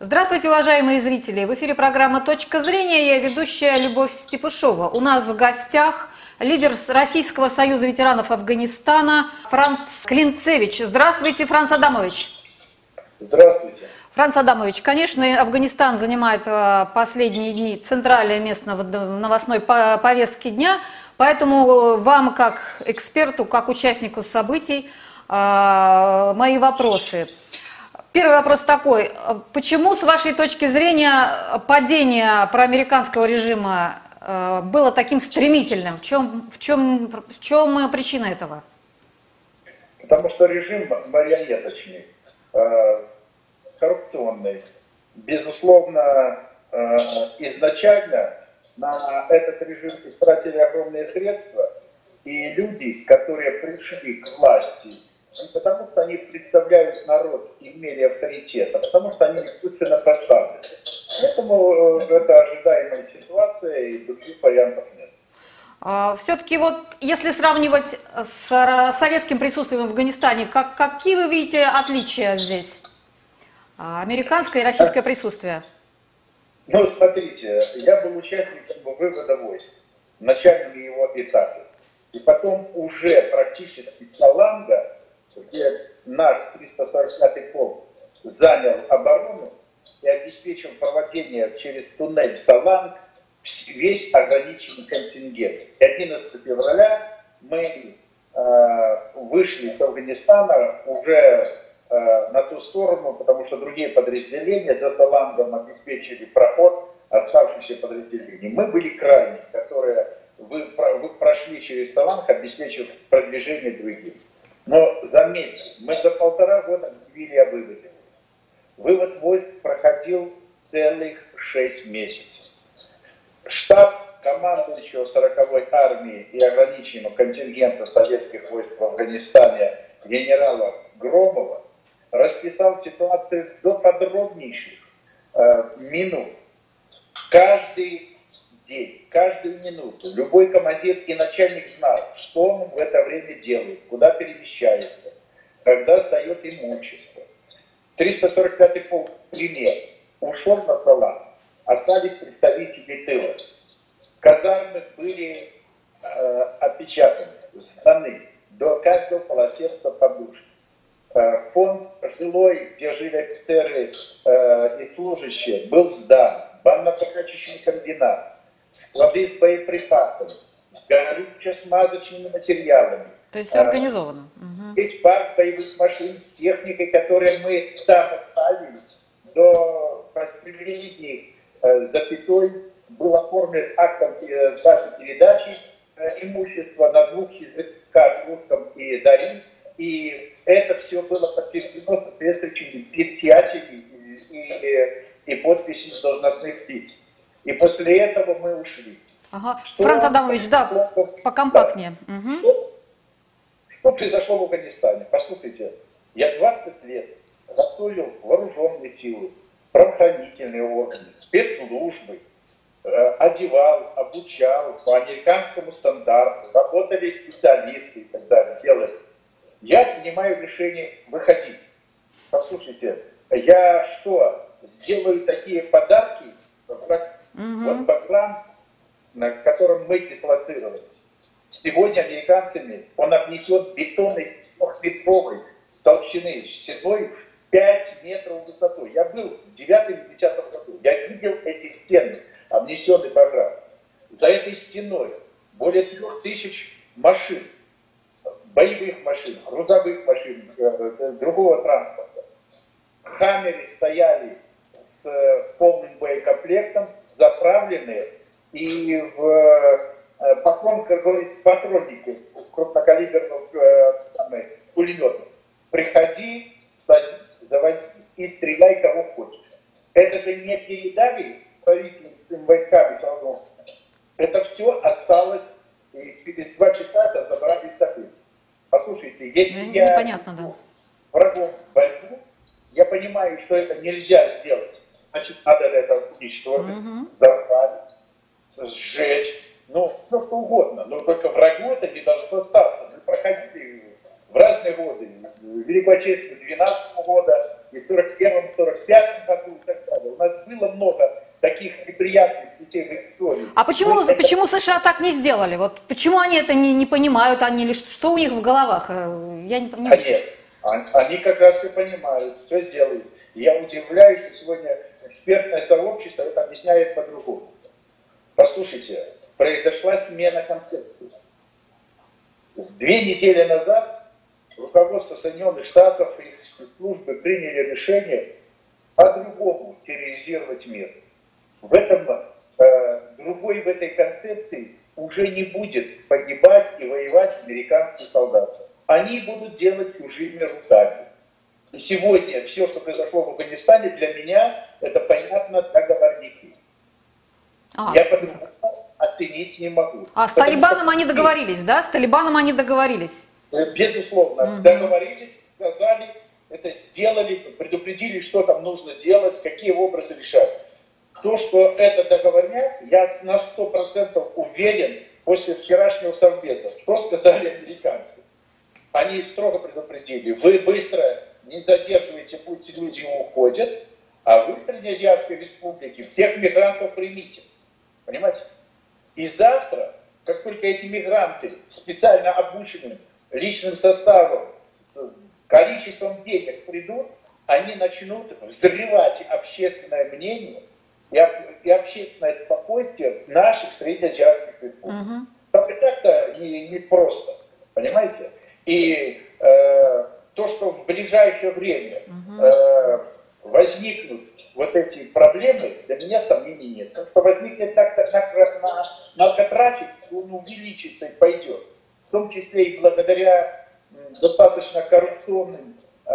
Здравствуйте, уважаемые зрители! В эфире программа «Точка зрения». Я ведущая Любовь Степушова. У нас в гостях лидер Российского союза ветеранов Афганистана Франц Клинцевич. Здравствуйте, Франц Адамович! Здравствуйте. Франц Адамович, конечно, Афганистан занимает последние дни центральное место в новостной повестке дня, поэтому вам, как эксперту, как участнику событий, мои вопросы. Первый вопрос такой. Почему, с вашей точки зрения, падение проамериканского режима было таким стремительным? В чем причина этого? Потому что режим марионеточный, коррупционный. Безусловно, изначально на этот режим истратили огромные средства, и люди, которые пришли к власти, не потому что они представляют народ и имели авторитет, а потому что они искусственно поставлены. Поэтому это ожидаемая ситуация, и других вариантов нет. Все-таки вот, если сравнивать с советским присутствием в Афганистане, какие вы видите отличия здесь? Американское и российское присутствие? Ну, смотрите, я был участником вывода войск в начальном его этапе. И потом уже практически с Саланга, где наш 345-й полк занял оборону и обеспечил проводение через туннель Саланг весь ограниченный контингент. И 11 февраля мы вышли из Афганистана уже на ту сторону, потому что другие подразделения за Салангом обеспечили проход оставшихся подразделений. Мы были крайние, которые вы прошли через Саланг, обеспечив продвижение других. Но заметьте, мы за 1,5 года объявили о выводе. Вывод войск проходил целых 6 месяцев. Штаб командующего 40-й армии и ограниченного контингента советских войск в Афганистане генерала Громова расписал ситуацию до подробнейших минут. Каждый день, каждую минуту любой командир и начальник знал, что он в это время делает, куда перемещается, когда сдает имущество. 345-й полк, пример, ушел на Саланг, остались представители тыла. Казармы были опечатаны, сданы до каждого полотенца подушки. Фонд жилой, где жили офицеры и служащие, был сдан. Банно-прокачечный комбинат, склады с боеприпасами, с горюче-смазочными материалами. То есть все организовано. Есть парк боевых машин с техникой, которые мы там оставили. До последней запятой был оформлен актом вашей передачи имущества на 2 языках, русском и дари. И это все было подтверждено соответствующими печатями и подписями должностных лиц. И после этого мы ушли. Ага. Франц Адамович, да, покомпактнее. Да. Что произошло в Афганистане? Послушайте, я 20 лет готовил вооруженные силы, правоохранительные органы, спецслужбы, одевал, обучал по американскому стандарту, работали специалисты и так далее, делали. Я принимаю решение выходить. Послушайте, я что, сделаю такие подарки? Вот программ, на котором мы дислоцировались. Сегодня американцами он обнесет бетонной 4-метровой толщины, стеной в 5 метров высотой. Я был в 9-10 году. Я видел эти стены, обнесенные программой. За этой стеной более 3000 машин. Боевых машин, грузовых машин, другого транспорта. Хаммеры стояли с полным боекомплектом, заправленные, и в патронники крупнокалиберных пулеметов. Приходи, садись, заводи и стреляй кого хочешь. Это же не передали правительственным войскам и солдатам. Это все осталось, и через 2 часа это забрали в такую. Послушайте, если я врагом борьбу, я понимаю, что это нельзя сделать. Значит, надо это уничтожить, взорвать, сжечь, ну, все что угодно. Но только врагу это не должно остаться. Мы проходили в разные годы, Великой Отечественной 12 года, и в 41-45 году и так далее. много таких неприятностей в истории. А почему США так не сделали? Вот почему они это не понимают, они или что у них в головах? Я не понимаю. Они как раз все понимают, все сделают. Я удивляюсь, что сегодня экспертное сообщество это объясняет по-другому. Послушайте, произошла смена концепции. 2 недели назад руководство Соединенных Штатов и их спецслужбы приняли решение по-другому терроризировать мир. Другой в этой концепции уже не будет погибать и воевать американские солдаты. Они будут делать чужими руками. И сегодня все, что произошло в Афганистане, для меня это понятно договорники. Я по-другому оценить не могу. А с Талибаном они договорились, да? С Талибаном они договорились? Безусловно. Договорились, сказали, это сделали, предупредили, что там нужно делать, какие образы решать. То, что это договорняк, я на 100% уверен после вчерашнего совбеза. Что сказали американцы? Они строго предупредили, вы быстро не задерживаете, пусть люди уходят, а вы в Среднеазиатской республике всех мигрантов примите. Понимаете? И завтра, как только эти мигранты специально обученным личным составом, с количеством денег придут, они начнут взрывать общественное мнение и общественное спокойствие наших среднеазиатских республик. Только так-то не просто. Понимаете? И то, что в ближайшее время возникнут вот эти проблемы, для меня сомнений нет. Потому что возникнет наркотрафик, он увеличится и пойдет. В том числе и благодаря достаточно коррупционным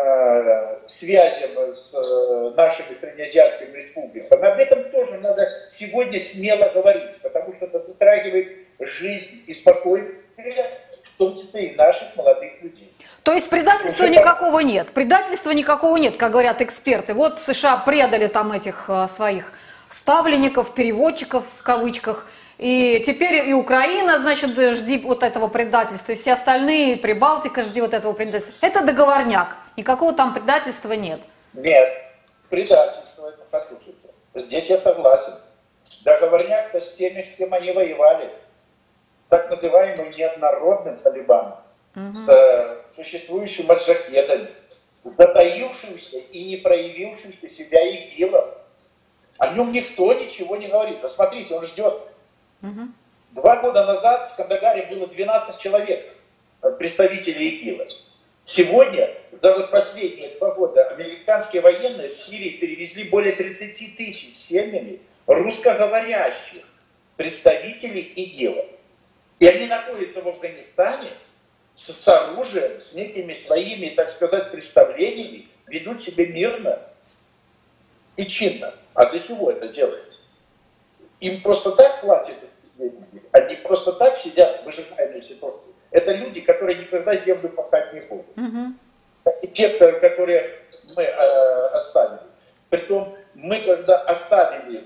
связям с нашими среднеазиатскими республиками. Об этом тоже надо сегодня смело говорить, потому что это затрагивает жизнь и спокойствие, в том числе и наших молодых людей. То есть предательства никакого нет. Предательства никакого нет, как говорят эксперты. Вот США предали там этих своих ставленников, переводчиков в кавычках. И теперь и Украина, значит, жди вот этого предательства. И все остальные, Прибалтика, жди вот этого предательства. Это договорняк. Никакого там предательства нет. Нет, предательство, это, послушайте. Здесь я согласен. Договорняк-то с теми, с кем они воевали. Так называемым неоднородным Талибаном. С существующим маджахедами, затаившимся и не проявившимся себя ИГИЛом. О нем никто ничего не говорит. Посмотрите, он ждет. 2 года назад в Кандагаре было 12 человек, представителей ИГИЛа. Сегодня, за вот последние 2 года, американские военные с Сирии перевезли более 30 тысяч семьями русскоговорящих представителей ИГИЛа. И они находятся в Афганистане, с оружием, с некими своими, так сказать, представлениями, ведут себя мирно и чинно. А для чего это делается? Им просто так платят эти деньги, они просто так сидят в выжидательной ситуации. Это люди, которые никогда землю пахать не будут. И те, которые мы оставили. Притом мы, когда оставили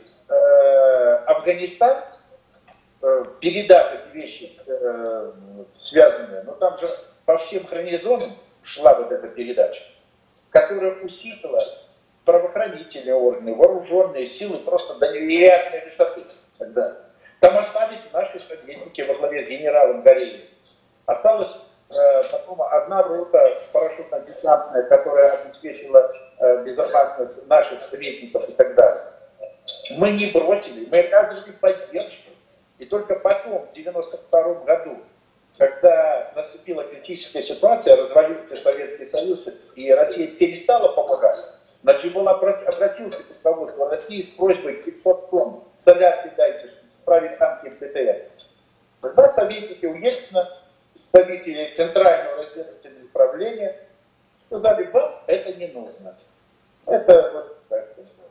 Афганистан, передав эти вещи связанные, но там же по всем гарнизонам шла вот эта передача, которая усилила правоохранительные органы, вооруженные силы просто до невероятной высоты. Тогда. Там остались наши советники во главе с генералом Гореевым. Осталась потом одна рота парашютно-десантная, которая обеспечила безопасность наших советников и так далее. Мы не бросили, мы оказывали поддержку. И только потом, в 1992 году, когда наступила критическая ситуация, развалился Советский Союз, и Россия перестала помогать, Наджибулла обратился к руководству России с просьбой 500 тонн солярки дайте, чтобы справить танки МТТ. Тогда советники у Ельцина, представители Центрального разведывательного управления, сказали, вам это не нужно. Это вот так.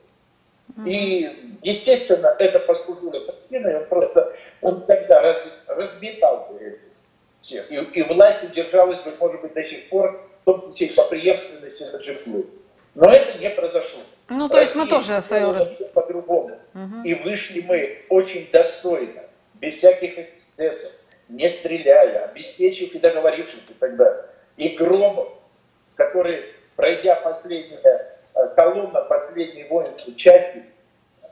И, естественно, это послужило причиной, он тогда разметал бы всех. И власть удержалась бы, может быть, до сих пор, в том числе по преемственности Наджибуллы. Но это не произошло. Ну, то есть мы тоже в свое время по-другому. И вышли мы очень достойно, без всяких эксцессов, не стреляя, обеспечив и договорившись и так далее. И Громов, который, пройдя последняя колонна, последней воинской части,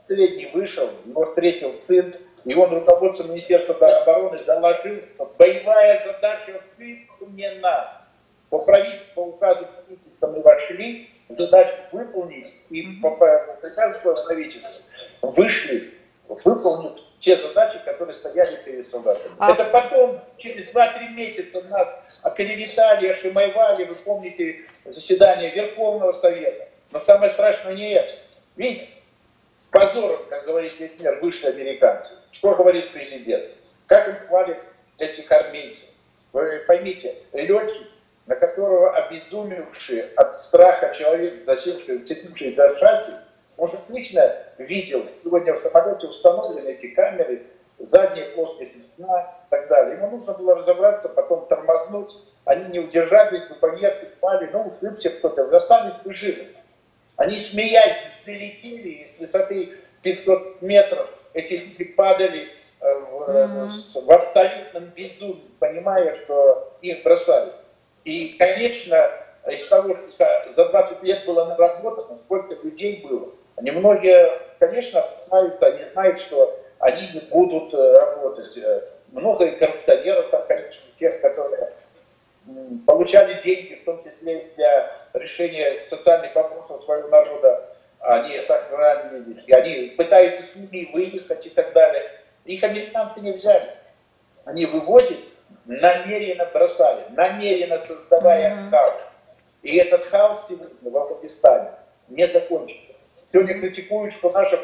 последний вышел, его встретил сын, и он руководству Министерства обороны доложил, что боевая задача выполнена. По указу правительства мы вошли, задачу выполнить, и по приказу своего правительства вышли, выполнив те задачи, которые стояли перед солдатами. Это потом, через 2-3 месяца нас оклеветали, ошимайвали, вы помните заседание Верховного Совета. Но самое страшное не это. Видите, с позором, как говорит весь мир, вышли американцы. Что говорит президент? Как он хвалит этих армейцев? Вы поймите, летчик, на которого обезумевший от страха человек, зацепивший за шасси, он же отлично видел, сегодня в самолете установлены эти камеры, задняя плоскость дна и так далее. Ему нужно было разобраться, потом тормознуть. Они не удержались бы, по инерции пали, ушибся кто-то, заставить бы живы. Они, смеясь, залетели, и с высоты 500 метров эти люди падали в абсолютном безумии, понимая, что их бросают. И, конечно, из того, что за 20 лет было наработано, сколько людей было, они многие, конечно, опасаются, они знают, что они не будут работать. Много и коррупционеров, там, конечно, тех, которые получали деньги, в том числе для решения социальных вопросов своего народа, они сохранились, и они пытаются с ними выехать и так далее. Их американцы не взяли. Они вывозят, намеренно бросали, намеренно создавая хаос. И этот хаос сегодня в Афганистане не закончится. Сегодня критикуют, что наше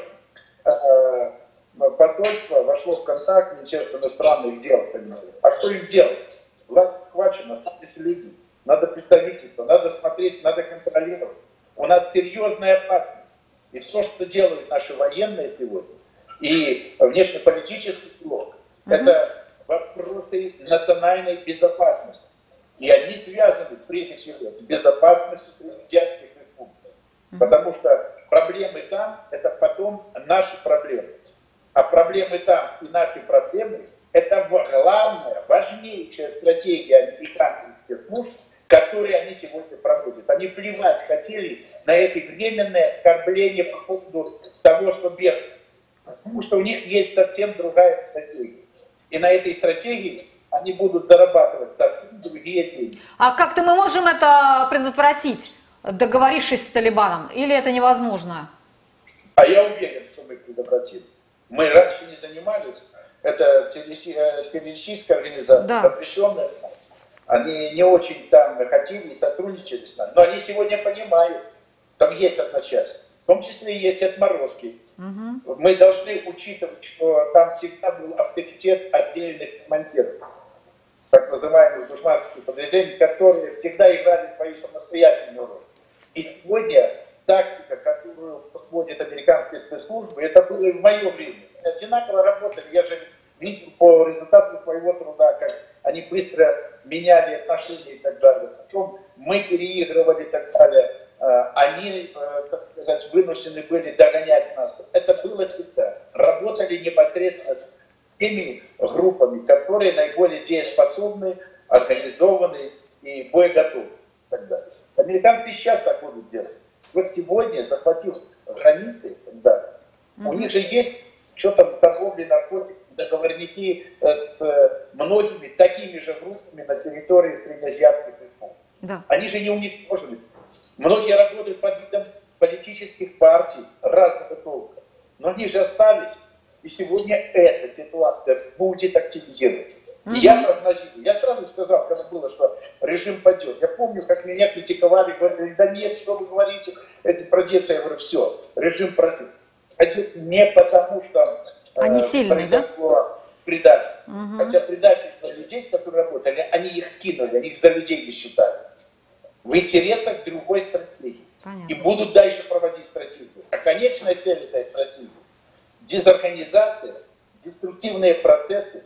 посольство вошло в контакт с Министерством иностранных дел. А что им делать? Власть захвачена, остались люди. Надо представительство, надо смотреть, надо контролировать. У нас серьезная опасность. И то, что делают наши военные сегодня, и внешнеполитический блок, это вопросы национальной безопасности. И они связаны, прежде всего, с безопасностью среднеазиатских республик. Потому что проблемы там – это потом наши проблемы. А проблемы там и наши проблемы – это главная, важнейшая стратегия американских спецслужб, которые они сегодня проводят. Они плевать хотели на эти временные оскорбления по поводу того, что бегство. Потому что у них есть совсем другая стратегия. И на этой стратегии они будут зарабатывать совсем другие деньги. А как-то мы можем это предотвратить, договорившись с Талибаном? Или это невозможно? А я уверен, что мы предотвратим. Мы раньше не занимались. Это террористическая организация, запрещенная. Они не очень там хотели и сотрудничали с нами. Но они сегодня понимают, там есть одна часть. В том числе есть отморозки. Мы должны учитывать, что там всегда был авторитет отдельных командиров, так называемых душманских подразделений, которые всегда играли свою самостоятельную роль. И сегодня тактика, которую подводят американские спецслужбы, это было и в мое время. Одинаково работали, я же видел по результату своего труда, как они быстро меняли отношения и так далее. Потом мы переигрывали и так далее. Они, так сказать, вынуждены были догонять нас. Это было всегда. Работали непосредственно с теми группами, которые наиболее дееспособны, организованы и боеготовы. И так далее. Американцы сейчас так будут делать. Вот сегодня, захватив границы, у них же есть что-то в торговле наркотиками, договорники с многими такими же группами на территории среднеазиатских республик. Они же не уничтожены. Многие работают под видом политических партий разного толка. Но они же остались. И сегодня эта ситуация будет активизироваться. И я прогнозирую. Я сразу сказал, когда было, что режим падет. Я помню, как меня критиковали, говорили, да нет, что вы говорите, это продется. Я говорю, все, режим падет. Падет не потому, что они сильные, да? Предательство. Хотя предательство людей, с которыми работали, они их кинули, они их за людей не считали. В интересах другой стратегии. Понятно. И будут дальше проводить стратегию. А конечная цель этой стратегии – дезорганизация, деструктивные процессы,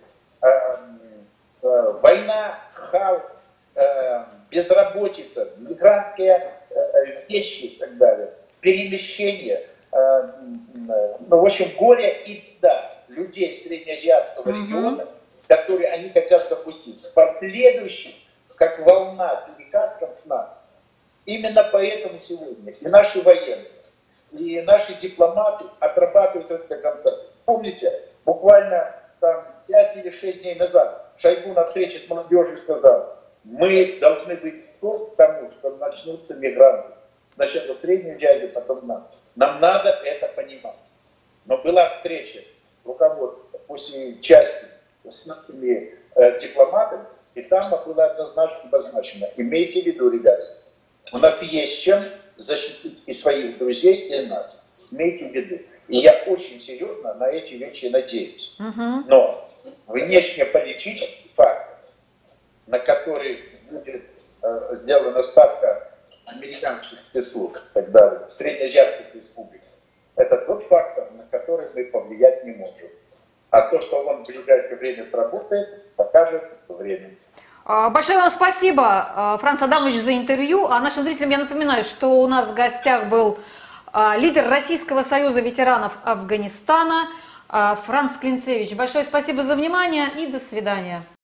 война, хаос, безработица, мигрантские вещи и так далее, перемещение, в общем, горе и беда людей среднеазиатского региона, которые они хотят допустить, с последующим, как волна, перекатком к нам. Именно поэтому сегодня и наши военные, и наши дипломаты отрабатывают это до конца. Помните, буквально там 5 или 6 дней назад Шойгу на встрече с молодежью сказал: мы должны быть готовы к тому, что начнутся мигранты. Сначала в Средней Азии, потом нам. Нам надо это понимать. Но была встреча руководства после части с нашими дипломатами, и там было однозначно обозначено: имейте в виду, ребята, у нас есть чем защитить и своих друзей, и нас. Имейте в виду. И я очень серьезно на эти вещи надеюсь. Но внешнеполитический фактор, на который будет сделана ставка американских спецслужб, тогда в среднеазиатских республиках, это тот фактор, на который мы повлиять не можем. А то, что он в ближайшее время сработает, покажет время. Большое вам спасибо, Франц Адамович, за интервью. А нашим зрителям я напоминаю, что у нас в гостях был лидер Российского союза ветеранов Афганистана Франц Клинцевич. Большое спасибо за внимание и до свидания.